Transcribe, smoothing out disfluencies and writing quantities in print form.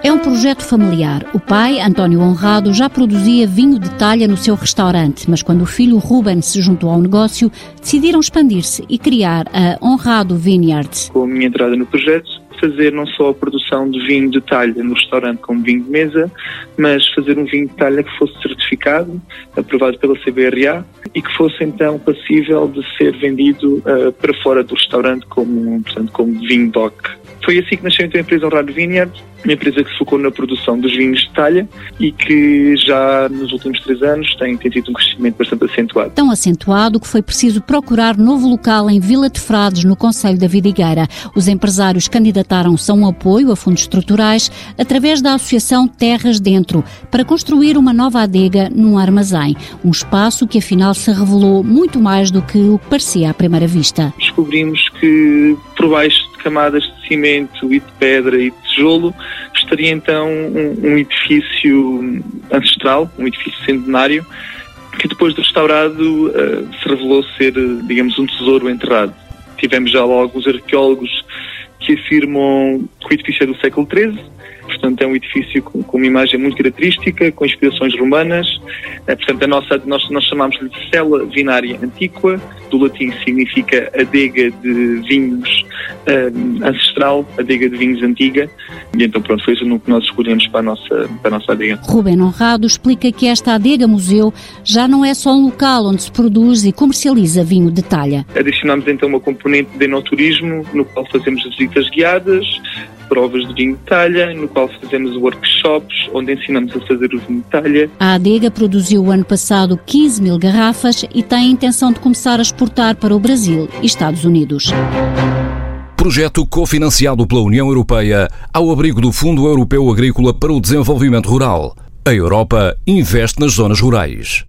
É um projeto familiar. O pai, António Honrado, já produzia vinho de talha no seu restaurante, mas quando o filho Ruben se juntou ao negócio, decidiram expandir-se e criar a Honrado Vineyards. Com a minha entrada no projeto, fazer não só a produção de vinho de talha no restaurante como vinho de mesa, mas fazer um vinho de talha que fosse certificado, aprovado pela CBRA e que fosse então passível de ser vendido para fora do restaurante como vinho DOC. Foi assim que nasceu então a empresa Honrado Vineyards, uma empresa que se focou na produção dos vinhos de talha e que já nos últimos 3 anos tem tido um crescimento bastante acentuado. Tão acentuado que foi preciso procurar novo local em Vila de Frades, no concelho da Vidigueira. Os empresários candidataram-se a um apoio a fundos estruturais através da Associação Terras Dentro para construir uma nova adega num armazém. Um espaço que afinal se revelou muito mais do que o que parecia à primeira vista. Descobrimos que por baixo de camadas de cimento e de pedra e de tijolo estaria então um edifício ancestral, um edifício centenário, que depois de restaurado se revelou ser, digamos, um tesouro enterrado. Tivemos já logo os arqueólogos que afirmam que o edifício é do século XIII, portanto é um edifício com uma imagem muito característica, com inspirações romanas. Portanto, nós chamamos-lhe de cella vinária antiqua, do latim significa adega de vinhos ancestral, adega de vinhos antiga, e então pronto, foi isso que nós escolhemos para a nossa adega. Ruben Honrado explica que esta adega-museu já não é só um local onde se produz e comercializa vinho de talha. Adicionamos então uma componente de enoturismo, no qual fazemos visitas guiadas, provas de vinho de talha, no qual fazemos workshops, onde ensinamos a fazer o vinho de talha. A adega produziu o ano passado 15 mil garrafas e tem a intenção de começar a exportar para o Brasil e Estados Unidos. Projeto cofinanciado pela União Europeia ao abrigo do Fundo Europeu Agrícola para o Desenvolvimento Rural. A Europa investe nas zonas rurais.